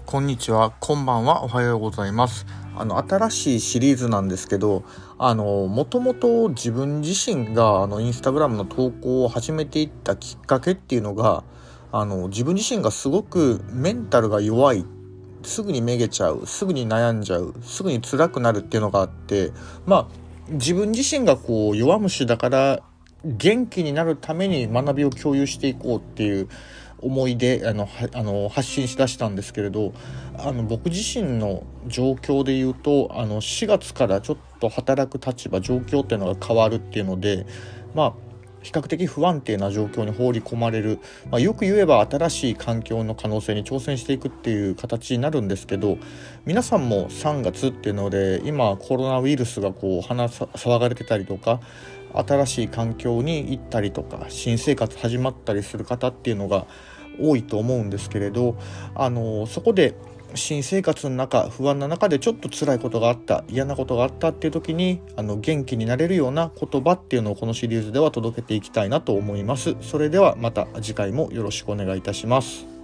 こんにちは、こんばんは、おはようございます。新しいシリーズなんですけど、もともと自分自身がインスタグラムの投稿を始めていったきっかけっていうのが、自分自身がすごくメンタルが弱い、すぐにめげちゃう、すぐに悩んじゃう、すぐに辛くなるっていうのがあって、自分自身が弱虫だから元気になるために学びを共有していこうっていう思いで発信しだしたんですけれど、僕自身の状況で言うと4月からちょっと働く立場状況っていうのが変わるっていうので、比較的不安定な状況に放り込まれる、よく言えば新しい環境の可能性に挑戦していくっていう形になるんですけど、皆さんも3月っていうので今コロナウイルスが騒がれてたりとか、新しい環境に行ったりとか新生活始まったりする方っていうのが多いと思うんですけれど、そこで新生活の中、不安な中でちょっと辛いことがあった、嫌なことがあったっていう時に元気になれるような言葉っていうのをこのシリーズでは届けていきたいなと思います。それではまた次回もよろしくお願いいたします。